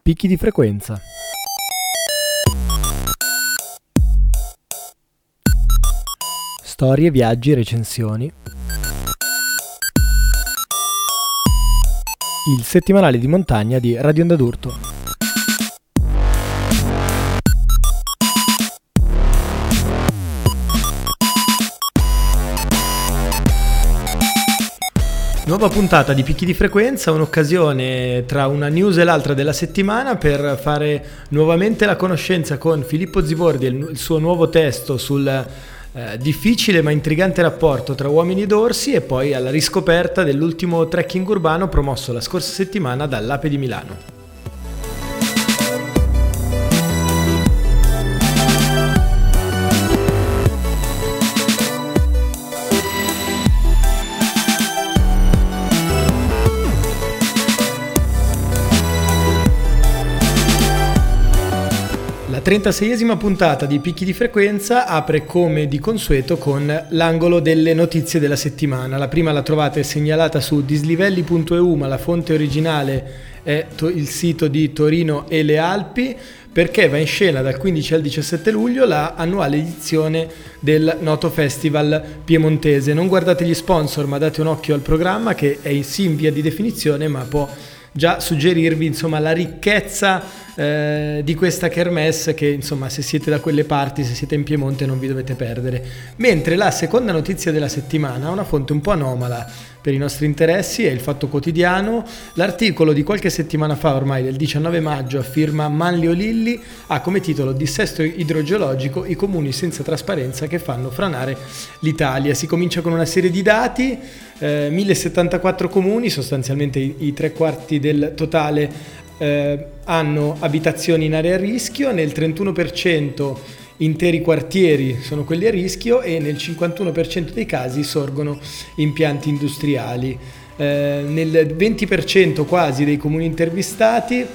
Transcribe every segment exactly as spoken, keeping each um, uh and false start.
Picchi di frequenza. Storie, viaggi, recensioni. Il settimanale di montagna di Radio Onda d'Urto. Nuova puntata di Picchi di frequenza, un'occasione tra una news e l'altra della settimana per fare nuovamente la conoscenza con Filippo Zibordi e il suo nuovo testo sul eh, difficile ma intrigante rapporto tra uomini ed orsi, e poi alla riscoperta dell'ultimo trekking urbano promosso la scorsa settimana dall'Ape di Milano. La trentaseiesima puntata di Picchi di frequenza apre come di consueto con l'angolo delle notizie della settimana. La prima la trovate segnalata su dislivelli punto e u, ma la fonte originale è to- il sito di Torino e le Alpi, perché va in scena dal quindici al diciassette luglio la annuale edizione del noto festival piemontese. Non guardate gli sponsor, ma date un occhio al programma, che è sì in via di definizione, ma può già suggerirvi insomma la ricchezza eh, di questa kermesse che, insomma, se siete da quelle parti, se siete in Piemonte, non vi dovete perdere. Mentre la seconda notizia della settimana ha una fonte un po' anomala per i nostri interessi, è il Fatto Quotidiano. L'articolo di qualche settimana fa, ormai del diciannove maggio, a firma Manlio Lilli, ha come titolo "Dissesto idrogeologico, i comuni senza trasparenza che fanno franare l'Italia". Si comincia con una serie di dati, eh, mille settantaquattro comuni, sostanzialmente i, i tre quarti del totale eh, hanno abitazioni in area a rischio, nel trentuno per cento interi quartieri sono quelli a rischio e nel cinquantuno per cento dei casi sorgono impianti industriali. Eh, nel venti per cento quasi dei comuni intervistati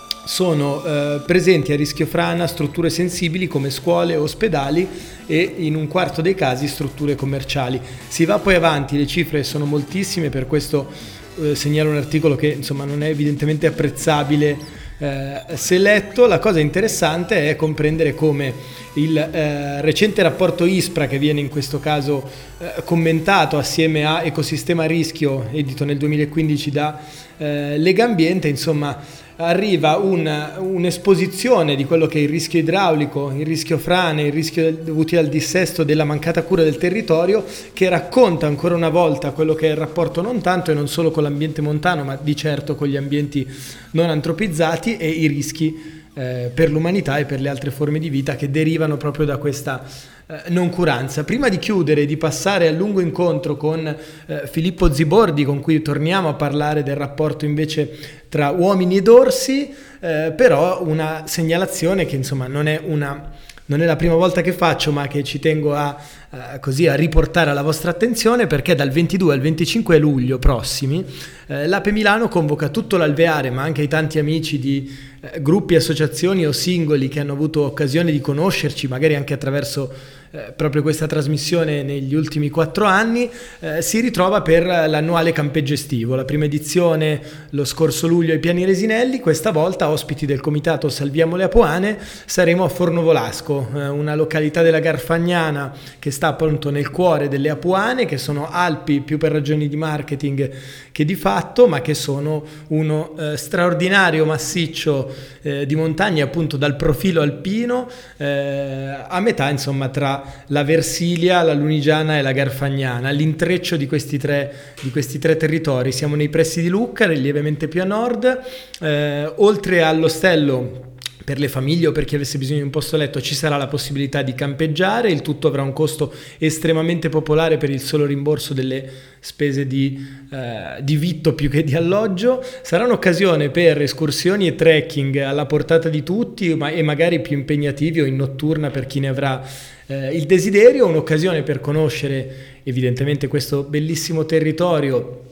sono eh, presenti a rischio frana strutture sensibili come scuole, ospedali e in un quarto dei casi strutture commerciali. Si va poi avanti, le cifre sono moltissime, per questo eh, segnalo un articolo che insomma non è evidentemente apprezzabile Eh, se letto. La cosa interessante è comprendere come il eh, recente rapporto ISPRA, che viene in questo caso eh, commentato assieme a Ecosistema a rischio, edito nel duemilaquindici da eh, Legambiente, insomma arriva un, un'esposizione di quello che è il rischio idraulico, il rischio frane, il rischio dovuti al dissesto, della mancata cura del territorio, che racconta ancora una volta quello che è il rapporto non tanto e non solo con l'ambiente montano, ma di certo con gli ambienti non antropizzati, e i rischi eh, per l'umanità e per le altre forme di vita che derivano proprio da questa eh, noncuranza. Prima di chiudere e di passare al lungo incontro con eh, Filippo Zibordi, con cui torniamo a parlare del rapporto invece tra uomini ed orsi, eh, però una segnalazione che insomma non è una non è la prima volta che faccio, ma che ci tengo a eh, così a riportare alla vostra attenzione, perché dal ventidue al venticinque luglio prossimi eh, l'Ape Milano convoca tutto l'alveare, ma anche i tanti amici di eh, gruppi, associazioni o singoli che hanno avuto occasione di conoscerci, magari anche attraverso eh, proprio questa trasmissione negli ultimi quattro anni, eh, si ritrova per l'annuale campeggio estivo. La prima edizione lo scorso luglio ai Piani Resinelli, questa volta ospiti del comitato Salviamo le Apuane saremo a Fornovolasco, una località della Garfagnana che sta appunto nel cuore delle Apuane, che sono Alpi più per ragioni di marketing che di fatto, ma che sono uno eh, straordinario massiccio eh, di montagne, appunto dal profilo alpino, eh, a metà insomma tra la Versilia, la Lunigiana e la Garfagnana, l'intreccio di questi tre, di questi tre territori. Siamo nei pressi di Lucca, lievemente più a nord, eh, oltre all'ostello per le famiglie o per chi avesse bisogno di un posto letto ci sarà la possibilità di campeggiare. Il tutto avrà un costo estremamente popolare per il solo rimborso delle spese di, eh, di vitto più che di alloggio. Sarà un'occasione per escursioni e trekking alla portata di tutti, ma e magari più impegnativi o in notturna per chi ne avrà eh, il desiderio. Un'occasione per conoscere evidentemente questo bellissimo territorio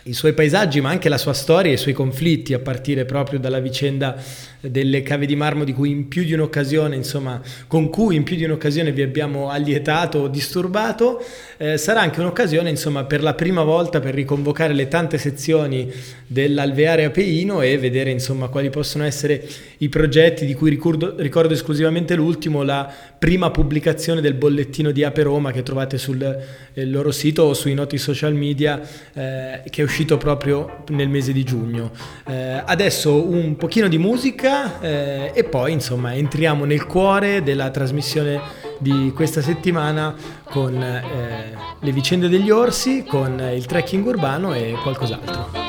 i suoi paesaggi, ma anche la sua storia e i suoi conflitti, a partire proprio dalla vicenda delle cave di marmo di cui in più di un'occasione, insomma, con cui in più di un'occasione vi abbiamo allietato o disturbato. Eh, sarà anche un'occasione, insomma, per la prima volta per riconvocare le tante sezioni dell'Alveare Apeino e vedere, insomma, quali possono essere i progetti, di cui ricordo, ricordo esclusivamente l'ultimo, la prima pubblicazione del bollettino di Ape Roma, che trovate sul eh, loro sito o sui noti social media, eh, che è uscito proprio nel mese di giugno. Eh, adesso un pochino di musica eh, e poi, insomma, entriamo nel cuore della trasmissione di questa settimana con eh, le vicende degli orsi, con il trekking urbano e qualcos'altro.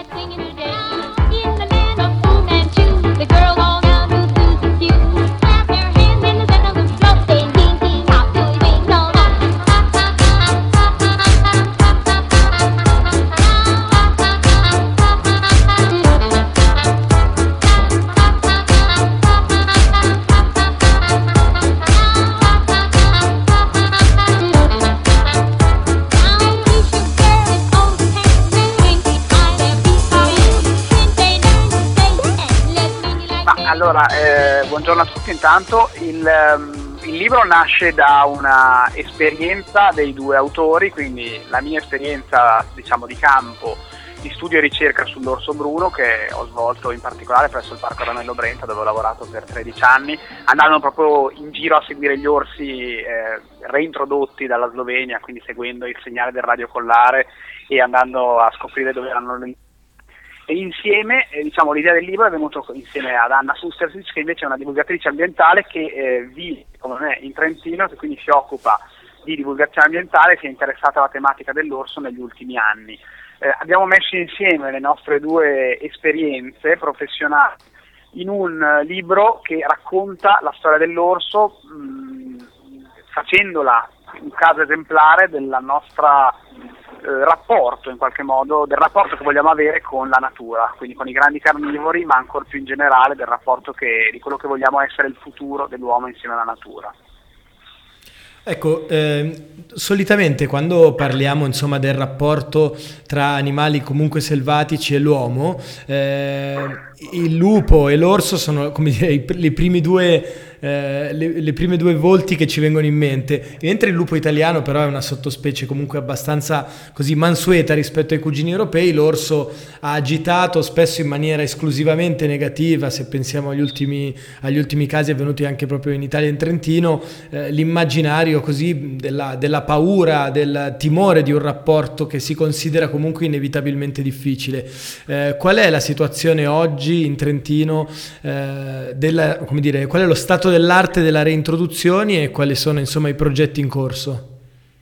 Allora, eh, buongiorno a tutti. Intanto il, um, il libro nasce da una esperienza dei due autori, quindi la mia esperienza, diciamo, di campo, di studio e ricerca sull'orso bruno, che ho svolto in particolare presso il Parco Ramello Brenta, dove ho lavorato per tredici anni, andando proprio in giro a seguire gli orsi eh, reintrodotti dalla Slovenia, quindi seguendo il segnale del radiocollare e andando a scoprire dove erano le. E insieme, eh, diciamo, l'idea del libro è venuta insieme ad Anna Sustersic, che invece è una divulgatrice ambientale che eh, vive come me in Trentino, che quindi si occupa di divulgazione ambientale e si è interessata alla tematica dell'orso negli ultimi anni. Eh, abbiamo messo insieme le nostre due esperienze professionali in un uh, libro che racconta la storia dell'orso, mh, facendola un caso esemplare della nostra Eh, rapporto, in qualche modo, del rapporto che vogliamo avere con la natura, quindi con i grandi carnivori, ma ancora più in generale del rapporto che, di quello che vogliamo essere il futuro dell'uomo insieme alla natura. Ecco, eh, solitamente quando parliamo, insomma, del rapporto tra animali comunque selvatici e l'uomo, eh, il lupo e l'orso sono, come dire, i, i primi due Eh, le, le prime due volti che ci vengono in mente, mentre il lupo italiano però è una sottospecie comunque abbastanza così mansueta rispetto ai cugini europei. L'orso ha agitato spesso in maniera esclusivamente negativa, se pensiamo agli ultimi, agli ultimi casi avvenuti anche proprio in Italia e in Trentino, eh, l'immaginario così della, della paura, del timore di un rapporto che si considera comunque inevitabilmente difficile. Eh, qual è la situazione oggi in Trentino, eh, della, come dire, qual è lo stato dell'arte della reintroduzioni e quali sono, insomma, i progetti in corso?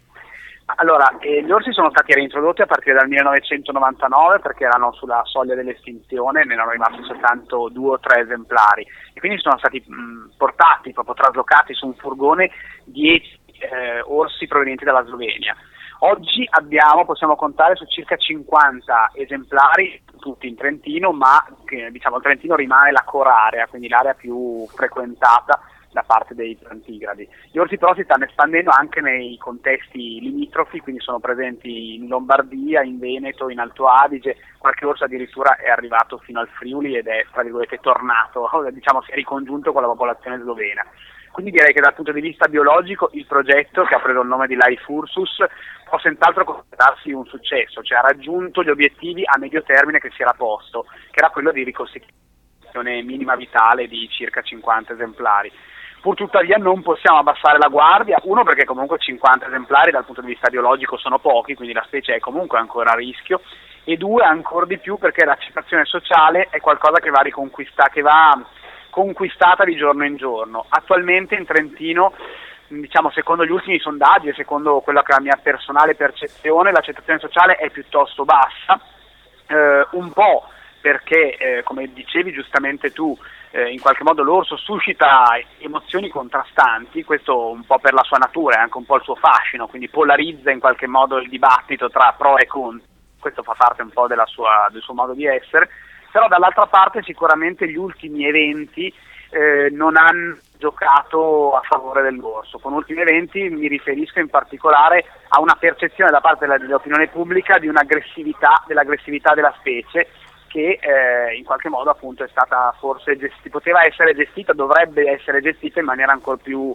Allora, eh, gli orsi sono stati reintrodotti a partire dal millenovecentonovantanove perché erano sulla soglia dell'estinzione, ne erano rimasti soltanto due o tre esemplari e quindi sono stati mh, portati, proprio traslocati su un furgone dieci eh, orsi provenienti dalla Slovenia. Oggi abbiamo, possiamo contare su circa cinquanta esemplari, tutti in Trentino, ma che, diciamo, il Trentino rimane la core area, quindi l'area più frequentata da parte dei plantigradi. Gli orsi però si stanno espandendo anche nei contesti limitrofi, quindi sono presenti in Lombardia, in Veneto, in Alto Adige, qualche orso addirittura è arrivato fino al Friuli ed è, tra virgolette, tornato, diciamo, si è ricongiunto con la popolazione slovena. Quindi direi che dal punto di vista biologico il progetto, che ha preso il nome di Life Ursus, può senz'altro considerarsi un successo, cioè ha raggiunto gli obiettivi a medio termine che si era posto, che era quello di ricostituzione minima vitale di circa cinquanta esemplari. Purtuttavia non possiamo abbassare la guardia, uno perché comunque cinquanta esemplari dal punto di vista biologico sono pochi, quindi la specie è comunque ancora a rischio, e due ancora di più perché l'accettazione sociale è qualcosa che va riconquistata, che va conquistata di giorno in giorno. Attualmente in Trentino, diciamo, secondo gli ultimi sondaggi e secondo quella che è la mia personale percezione, l'accettazione sociale è piuttosto bassa, eh, un po' perché, eh, come dicevi giustamente tu, eh, in qualche modo l'orso suscita emozioni contrastanti, questo un po' per la sua natura e anche un po' il suo fascino, quindi polarizza in qualche modo il dibattito tra pro e contro, questo fa parte un po' della sua, del suo modo di essere. Però dall'altra parte sicuramente gli ultimi eventi eh, non hanno giocato a favore dell'orso. Con ultimi eventi mi riferisco in particolare a una percezione da parte della, dell'opinione pubblica di un'aggressività, dell'aggressività della specie, che eh, in qualche modo appunto è stata forse gestita, poteva essere gestita, dovrebbe essere gestita in maniera ancora più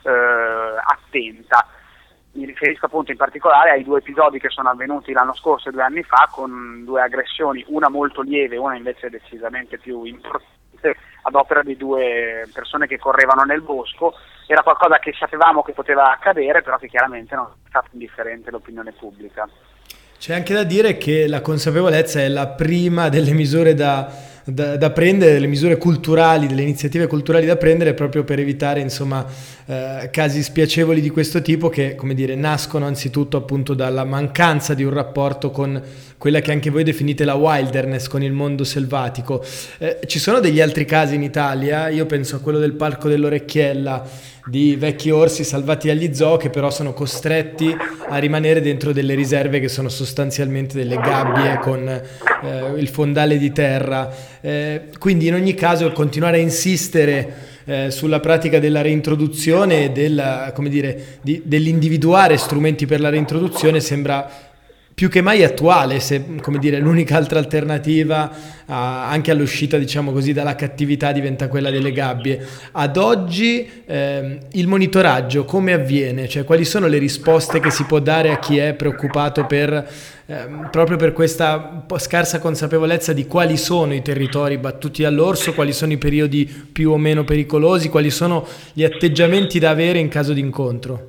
eh, attenta. Mi riferisco appunto in particolare ai due episodi che sono avvenuti l'anno scorso e due anni fa, con due aggressioni, una molto lieve, una invece decisamente più importante, ad opera di due persone che correvano nel bosco. Era qualcosa che sapevamo che poteva accadere, però che chiaramente non è stato indifferente l'opinione pubblica. C'è anche da dire che la consapevolezza è la prima delle misure da, da, da prendere, delle misure culturali, delle iniziative culturali da prendere, proprio per evitare insomma eh, casi spiacevoli di questo tipo, che, come dire, nascono anzitutto appunto dalla mancanza di un rapporto con quella che anche voi definite la wilderness, con il mondo selvatico. Eh, ci sono degli altri casi in Italia, io penso a quello del Parco dell'Orecchiella, di vecchi orsi salvati agli zoo che però sono costretti a rimanere dentro delle riserve che sono sostanzialmente delle gabbie con eh, il fondale di terra. Eh, quindi in ogni caso continuare a insistere eh, sulla pratica della reintroduzione e della, come dire, di, dell'individuare strumenti per la reintroduzione sembra più che mai attuale, se, come dire, l'unica altra alternativa a, anche all'uscita, diciamo così, dalla cattività diventa quella delle gabbie. Ad oggi eh, il monitoraggio come avviene? Cioè, quali sono le risposte che si può dare a chi è preoccupato per eh, proprio per questa scarsa consapevolezza di quali sono i territori battuti dall'orso, quali sono i periodi più o meno pericolosi, quali sono gli atteggiamenti da avere in caso di incontro?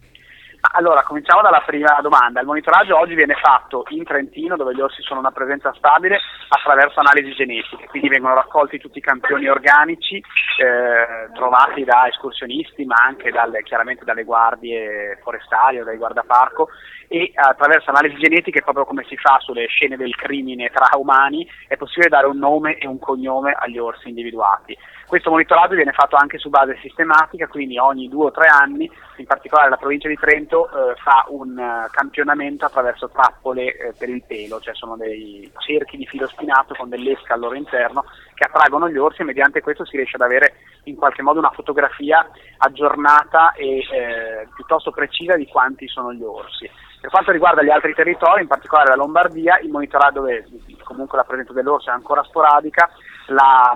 Allora, cominciamo dalla prima domanda. Il monitoraggio oggi viene fatto in Trentino, dove gli orsi sono una presenza stabile, attraverso analisi genetiche, quindi vengono raccolti tutti i campioni organici eh, trovati da escursionisti, ma anche dalle, chiaramente dalle guardie forestali o dai guardaparco, e attraverso analisi genetiche, proprio come si fa sulle scene del crimine tra umani, è possibile dare un nome e un cognome agli orsi individuati. Questo monitoraggio viene fatto anche su base sistematica, quindi ogni due o tre anni, in particolare la provincia di Trento eh, fa un uh, campionamento attraverso trappole eh, per il pelo, cioè sono dei cerchi di filo spinato con dell'esca al loro interno che attraggono gli orsi, e mediante questo si riesce ad avere in qualche modo una fotografia aggiornata e eh, piuttosto precisa di quanti sono gli orsi. Per quanto riguarda gli altri territori, in particolare la Lombardia, il monitoraggio, dove comunque la presenza dell'orso è ancora sporadica, la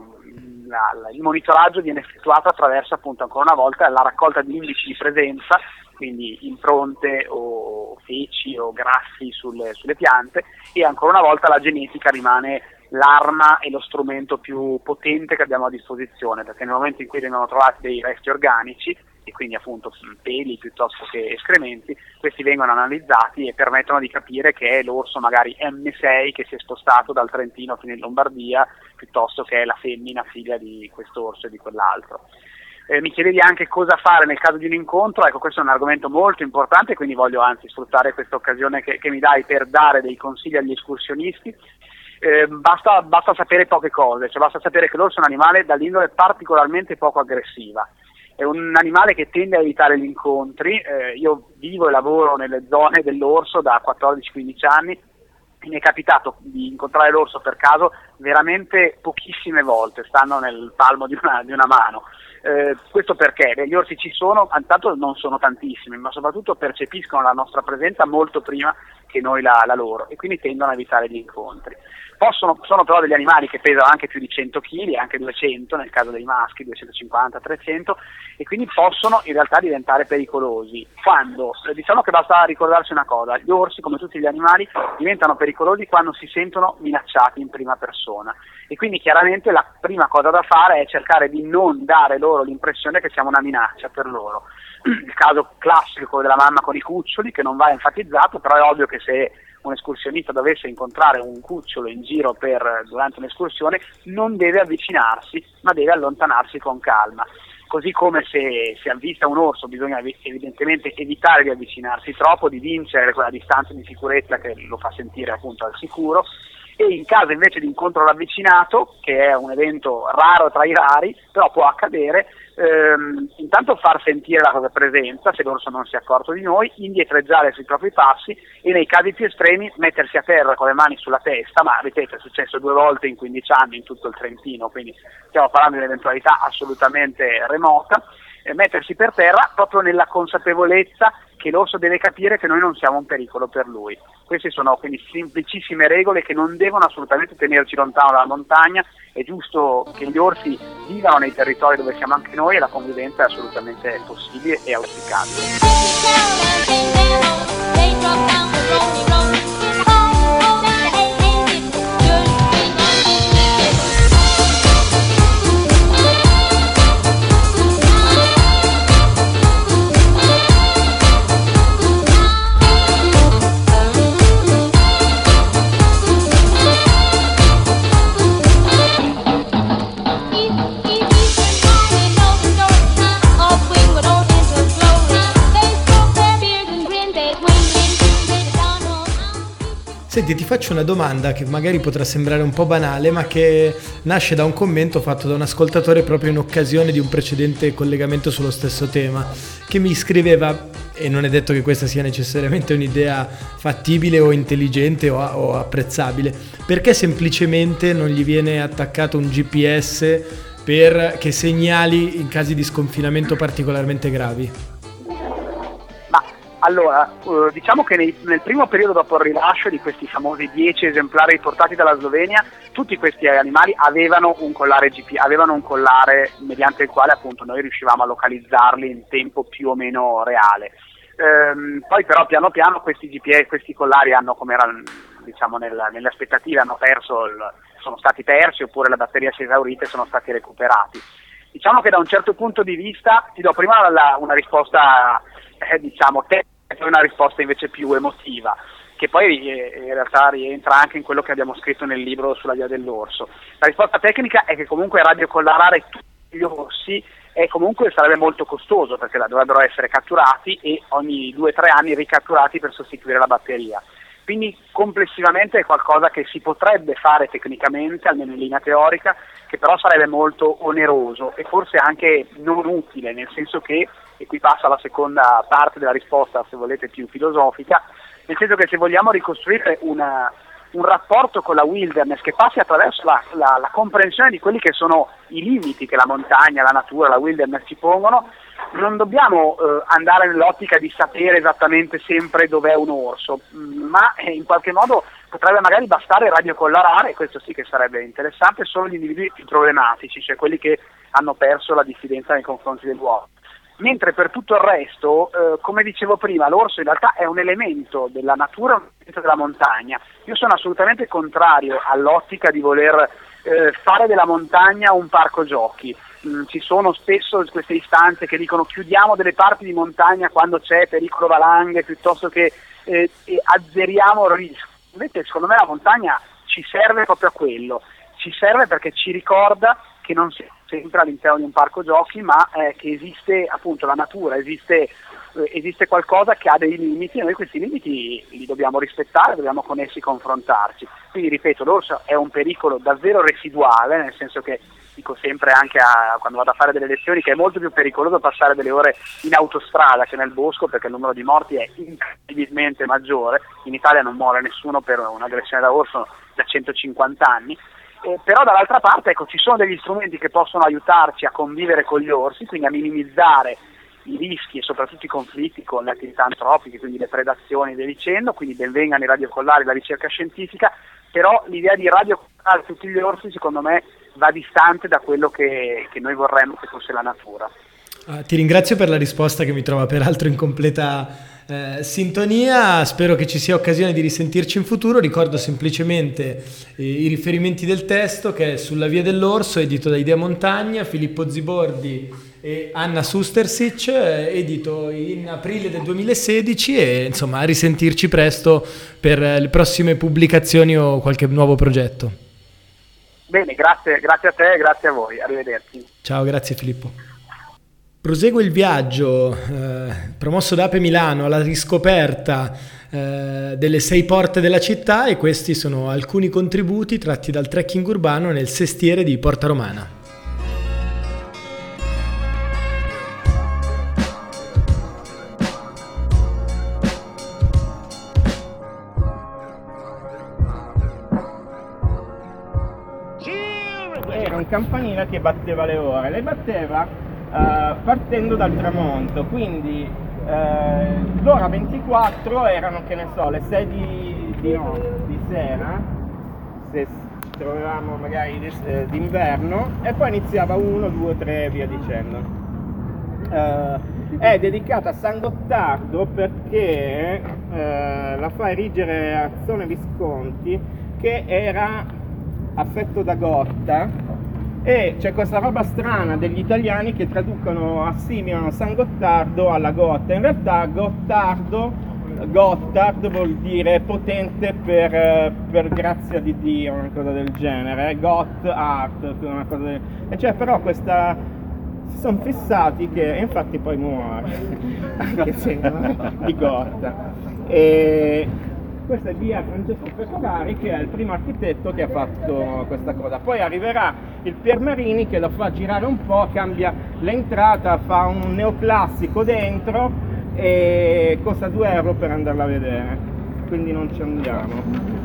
La, la, il monitoraggio viene effettuato attraverso, appunto, ancora una volta la raccolta di indici di presenza, quindi impronte o feci o graffi sulle, sulle piante, e ancora una volta la genetica rimane l'arma e lo strumento più potente che abbiamo a disposizione, perché nel momento in cui vengono trovati dei resti organici, e quindi appunto peli piuttosto che escrementi, questi vengono analizzati e permettono di capire che è l'orso magari emme sei che si è spostato dal Trentino fino in Lombardia, piuttosto che è la femmina figlia di questo orso e di quell'altro. Eh, mi chiedevi anche cosa fare nel caso di un incontro. Ecco, questo è un argomento molto importante, quindi voglio anzi sfruttare questa occasione che, che mi dai per dare dei consigli agli escursionisti. Eh, basta, basta sapere poche cose, cioè basta sapere che l'orso è un animale dall'indole particolarmente poco aggressiva. È un animale che tende a evitare gli incontri. Eh, io vivo e lavoro nelle zone dell'orso da quattordici quindici anni. Mi è capitato di incontrare l'orso per caso veramente pochissime volte, stanno nel palmo di una, di una mano. Eh, questo perché gli orsi ci sono, intanto non sono tantissimi, ma soprattutto percepiscono la nostra presenza molto prima che noi la, la loro, e quindi tendono a evitare gli incontri. Possono, sono però degli animali che pesano anche più di cento chili, anche duecento nel caso dei maschi, duecentocinquanta trecento, e quindi possono in realtà diventare pericolosi. Quando, diciamo che basta ricordarsi una cosa: gli orsi, come tutti gli animali, diventano pericolosi quando si sentono minacciati in prima persona, e quindi chiaramente la prima cosa da fare è cercare di non dare loro l'impressione che siamo una minaccia per loro. Il caso classico della mamma con i cuccioli, che non va enfatizzato, però è ovvio che se un escursionista dovesse incontrare un cucciolo in giro per, durante un'escursione, non deve avvicinarsi, ma deve allontanarsi con calma. Così come se si avvista un orso bisogna evidentemente evitare di avvicinarsi troppo, di vincere quella distanza di sicurezza che lo fa sentire appunto al sicuro, e in caso invece di incontro ravvicinato, che è un evento raro tra i rari, però può accadere, Ehm, intanto far sentire la propria presenza se l'orso non si è accorto di noi, indietreggiare sui propri passi e nei casi più estremi mettersi a terra con le mani sulla testa, ma ripeto è successo due volte in quindici anni in tutto il Trentino, quindi stiamo parlando di un'eventualità assolutamente remota, eh, mettersi per terra proprio nella consapevolezza che l'orso deve capire che noi non siamo un pericolo per lui. Queste sono quindi semplicissime regole che non devono assolutamente tenerci lontano dalla montagna. È giusto che gli orsi vivano nei territori dove siamo anche noi e la convivenza è assolutamente possibile e auspicabile. Senti, ti faccio una domanda che magari potrà sembrare un po' banale, ma che nasce da un commento fatto da un ascoltatore proprio in occasione di un precedente collegamento sullo stesso tema, che mi scriveva, e non è detto che questa sia necessariamente un'idea fattibile o intelligente o, o apprezzabile, perché semplicemente non gli viene attaccato un G P S per che segnali in casi di sconfinamento particolarmente gravi? Allora, eh, diciamo che nei, nel primo periodo dopo il rilascio di questi famosi dieci esemplari riportati dalla Slovenia, tutti questi animali avevano un collare G P, avevano un collare mediante il quale appunto noi riuscivamo a localizzarli in tempo più o meno reale. Ehm, poi però piano piano questi G P S, questi collari hanno, come era diciamo nel, nelle aspettative, hanno perso, il, sono stati persi oppure la batteria si è esaurita e sono stati recuperati. Diciamo che da un certo punto di vista, ti do prima la, una risposta eh, diciamo tecnica e poi una risposta invece più emotiva, che poi eh, in realtà rientra anche in quello che abbiamo scritto nel libro sulla via dell'orso. La risposta tecnica è che comunque radiocollarare tutti gli orsi è comunque sarebbe molto costoso, perché dovrebbero essere catturati e ogni due o tre anni ricatturati per sostituire la batteria. Quindi complessivamente è qualcosa che si potrebbe fare tecnicamente, almeno in linea teorica, che però sarebbe molto oneroso e forse anche non utile, nel senso che, e qui passa la seconda parte della risposta, se volete più filosofica, nel senso che se vogliamo ricostruire una, un rapporto con la wilderness che passi attraverso la, la, la comprensione di quelli che sono i limiti che la montagna, la natura, la wilderness ci pongono, non dobbiamo eh, andare nell'ottica di sapere esattamente sempre dov'è un orso, ma eh, in qualche modo potrebbe magari bastare radiocollarare, questo sì che sarebbe interessante, solo gli individui più problematici, cioè quelli che hanno perso la diffidenza nei confronti dell'uomo. Mentre per tutto il resto, eh, come dicevo prima, l'orso in realtà è un elemento della natura, un elemento della montagna. Io sono assolutamente contrario all'ottica di voler eh, fare della montagna un parco giochi. Mm, ci sono spesso queste istanze che dicono chiudiamo delle parti di montagna quando c'è pericolo valanghe, piuttosto che eh, azzeriamo il rischio. Invece secondo me la montagna ci serve proprio a quello, ci serve perché ci ricorda che non siamo sempre all'interno di un parco giochi, ma eh, che esiste appunto la natura, esiste, eh, esiste qualcosa che ha dei limiti e noi questi limiti li dobbiamo rispettare, dobbiamo con essi confrontarci. Quindi ripeto, l'orso è un pericolo davvero residuale, nel senso che dico sempre anche a, quando vado a fare delle lezioni che è molto più pericoloso passare delle ore in autostrada che nel bosco, perché il numero di morti è incredibilmente maggiore. In Italia non muore nessuno per un'aggressione da orso da centocinquanta anni. Eh, però dall'altra parte ecco, ci sono degli strumenti che possono aiutarci a convivere con gli orsi, quindi a minimizzare i rischi e soprattutto i conflitti con le attività antropiche, quindi le predazioni e via dicendo, quindi benvengano i radiocollari, la ricerca scientifica, però l'idea di radiocollare tutti gli orsi secondo me va distante da quello che, che noi vorremmo che fosse la natura. Ah, ti ringrazio per la risposta che mi trova peraltro in completa Eh, sintonia, spero che ci sia occasione di risentirci in futuro. Ricordo semplicemente eh, i riferimenti del testo, che è Sulla via dell'orso, edito da Idea Montagna, Filippo Zibordi e Anna Sustersic, eh, edito in aprile del duemilasedici, e insomma a risentirci presto per eh, le prossime pubblicazioni o qualche nuovo progetto. Bene, grazie, grazie a te e grazie a voi, arrivederci. Ciao, grazie Filippo. Prosegue il viaggio eh, promosso da Ape Milano alla riscoperta eh, delle sei porte della città, e questi sono alcuni contributi tratti dal trekking urbano nel sestiere di Porta Romana. un campanile che batteva le ore, le batteva eh, partendo dal tramonto, quindi eh, l'ora ventiquattro erano, che ne so, le sei di, di, no, di sera, se ci trovavamo magari d'inverno, e poi iniziava uno, due, tre e via dicendo. Uh, è dedicata a San Gottardo perché uh, la fa erigere Azzone Visconti, che era affetto da gotta, e c'è questa roba strana degli italiani che traducono, assimilano San Gottardo alla gotta. In realtà Gottardo, Gotthard vuol dire potente per, per grazia di Dio, una cosa del genere, Gotthard, una cosa del... e c'è però questa, si sono fissati che, e infatti poi muore anche se di Gotta. E questo è via Francesco Pecorari, che è il primo architetto che ha fatto questa cosa. Poi arriverà il Piermarini che lo fa girare un po', cambia l'entrata, fa un neoclassico dentro e costa due euro per andarla a vedere, quindi non ci andiamo.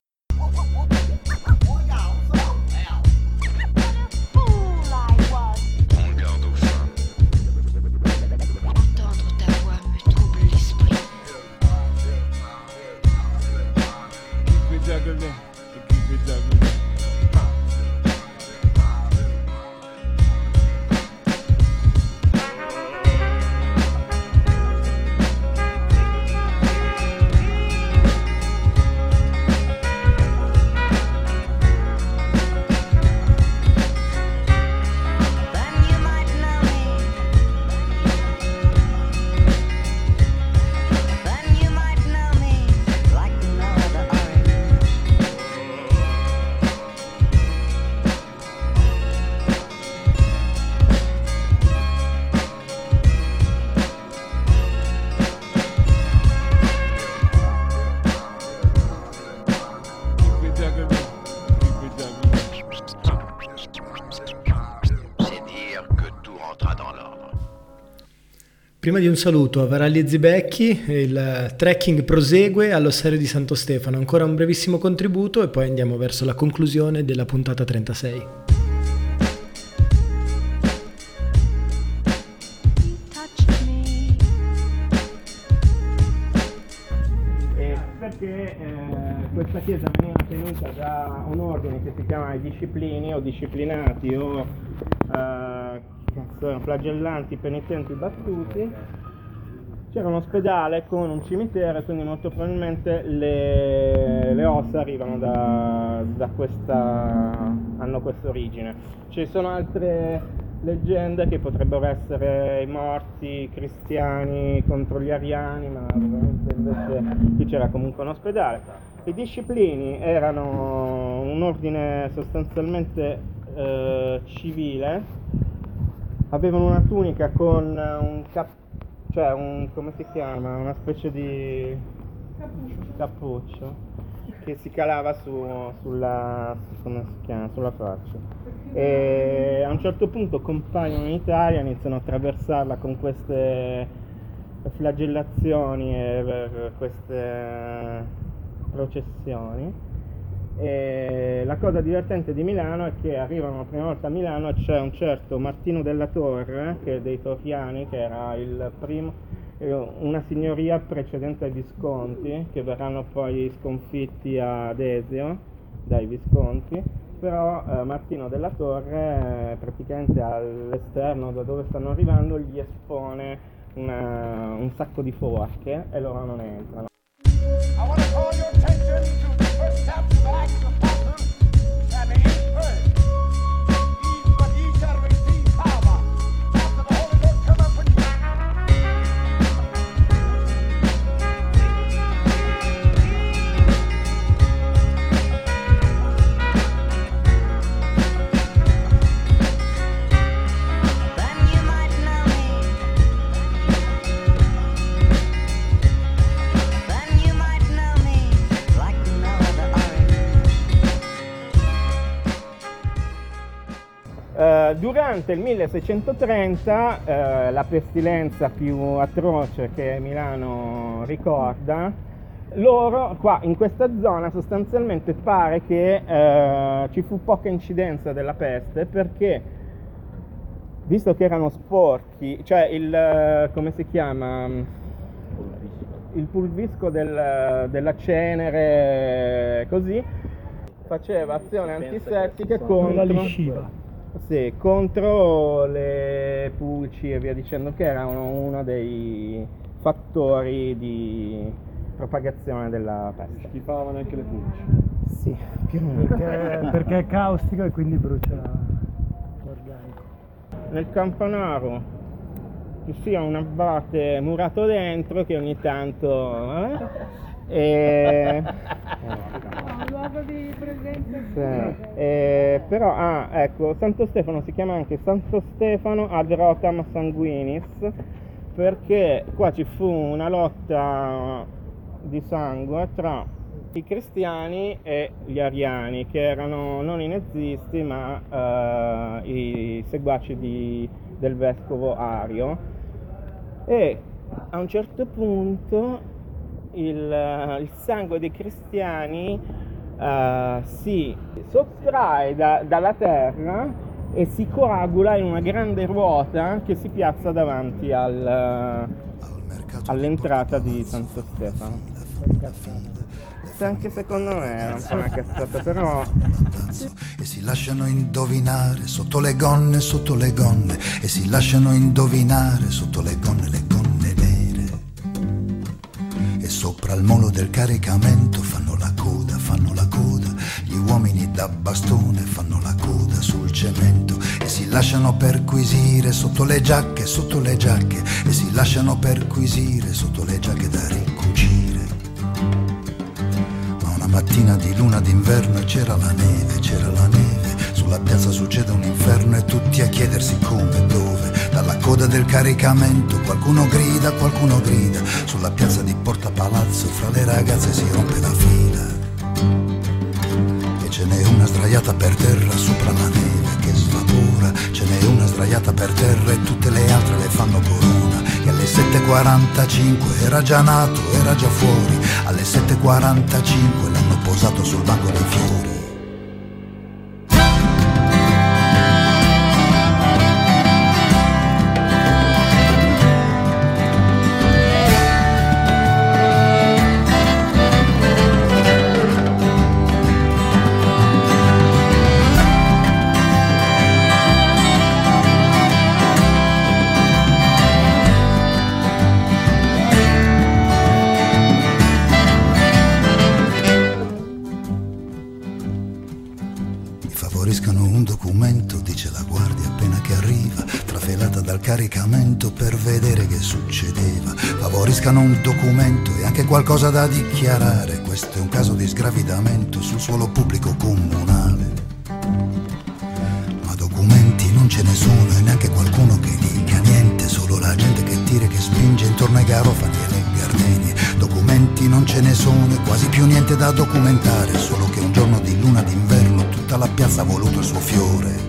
Prima di un saluto a Varalli e Zibecchi, il trekking prosegue all'Ossario di Santo Stefano, ancora un brevissimo contributo e poi andiamo verso la conclusione della puntata trentasei. Eh, perché eh, questa chiesa veniva tenuta da un ordine che si chiama i disciplini o disciplinati o eh, sono flagellanti, penitenti, battuti. C'era un ospedale con un cimitero, quindi molto probabilmente le, le ossa arrivano da, da questa, hanno questa origine. Ci sono altre leggende che potrebbero essere i morti cristiani contro gli ariani, ma ovviamente invece qui c'era comunque un ospedale. I disciplini erano un ordine sostanzialmente eh, civile. Avevano una tunica con un cap, cioè un, come si chiama, una specie di cappuccio, cappuccio che si calava su, sulla, come si chiama, sulla faccia. E a un certo punto compaiono in Italia, iniziano a attraversarla con queste flagellazioni e queste processioni. E la cosa divertente di Milano è che arrivano la prima volta a Milano e c'è un certo Martino della Torre, che è dei Torriani, che era il primo, una signoria precedente ai Visconti, che verranno poi sconfitti ad Desio dai Visconti, però eh, Martino della Torre eh, praticamente all'esterno, da dove stanno arrivando, gli espone una, un sacco di forche e loro non entrano. I want to call your attention to the first step back to the bottom and the eighth verse. These but ye shall receive power after the Holy Ghost come upon you. Then you might know me. Then you might know me like no other orange. Uh, durante il milleseicentotrenta, uh, la pestilenza più atroce che Milano ricorda, loro qua in questa zona sostanzialmente pare che eh, ci fu poca incidenza della peste, perché visto che erano sporchi, cioè il, come si chiama, il pulvisco del, della cenere, così, faceva azione antisettica contro la lisciva. Sì, contro le pulci e via dicendo, che erano uno dei fattori di propagazione della peste. Schifavano anche le pulci. Sì, più o meno. Perché, perché è caustico e quindi brucia l'organico. Nel campanaro ci sia un abate murato dentro che ogni tanto eh, e... luogo di presenza. Sì. E, però ah, ecco, Santo Stefano si chiama anche Santo Stefano ad Rotam Sanguinis, perché qua ci fu una lotta di sangue tra i cristiani e gli ariani, che erano non i nazisti ma uh, i seguaci di, del vescovo Ario, e a un certo punto il, il sangue dei cristiani uh, si sottrae da, dalla terra e si coagula in una grande ruota che si piazza davanti al, all'entrata di Santo Stefano. Anche secondo me era un po' una cazzata, però e si lasciano indovinare sotto le gonne, sotto le gonne, e si lasciano indovinare sotto le gonne, le gonne nere. E sopra il molo del caricamento fanno la coda, fanno la coda, gli uomini da bastone fanno la coda sul cemento, e si lasciano perquisire sotto le giacche, sotto le giacche, e si lasciano perquisire sotto le giacche da ricucire. Mattina di luna d'inverno e c'era la neve, c'era la neve, sulla piazza succede un inferno e tutti a chiedersi come e dove, dalla coda del caricamento qualcuno grida, qualcuno grida, sulla piazza di Porta Palazzo fra le ragazze si rompe la fila, e ce n'è una sdraiata per terra sopra la neve che svapora, ce n'è una sdraiata per terra e tutte le altre le fanno corona. E alle sette e quarantacinque era già nato, era già fuori, alle sette e quarantacinque l'hanno posato sul banco dei fiori. Favoriscano un documento, dice la guardia appena che arriva, trafelata dal caricamento per vedere che succedeva. Favoriscano un documento e anche qualcosa da dichiarare, questo è un caso di sgravidamento sul suolo pubblico comunale. Ma documenti non ce ne sono e neanche qualcuno che dica niente, solo la gente che tira e che spinge intorno ai garofani e le gardenie. Documenti non ce ne sono e quasi più niente da documentare, solo che un giorno di luna d'inverno tutta la piazza ha voluto il suo fiore.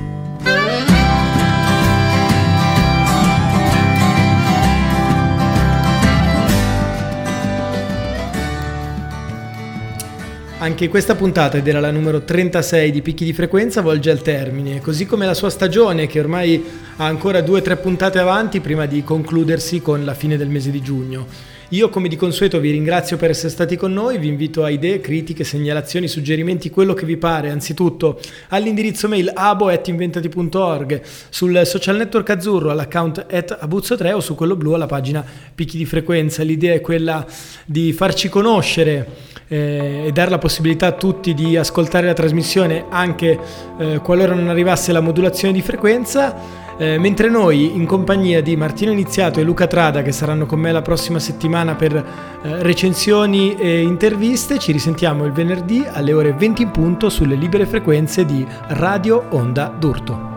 Anche questa puntata, ed era la numero trentasei di Picchi di Frequenza, volge al termine, così come la sua stagione, che ormai ha ancora due o tre puntate avanti prima di concludersi con la fine del mese di giugno. Io, come di consueto, vi ringrazio per essere stati con noi, vi invito a idee, critiche, segnalazioni, suggerimenti, quello che vi pare, anzitutto all'indirizzo mail abo at inventati punto org, sul social network azzurro all'account at abuzzo tre o su quello blu alla pagina Picchi di Frequenza. L'idea è quella di farci conoscere eh, e dare la possibilità a tutti di ascoltare la trasmissione anche eh, qualora non arrivasse la modulazione di frequenza. Eh, mentre noi, in compagnia di Martino Iniziato e Luca Trada, che saranno con me la prossima settimana per eh, recensioni e interviste, ci risentiamo il venerdì alle ore venti in punto sulle libere frequenze di Radio Onda d'Urto.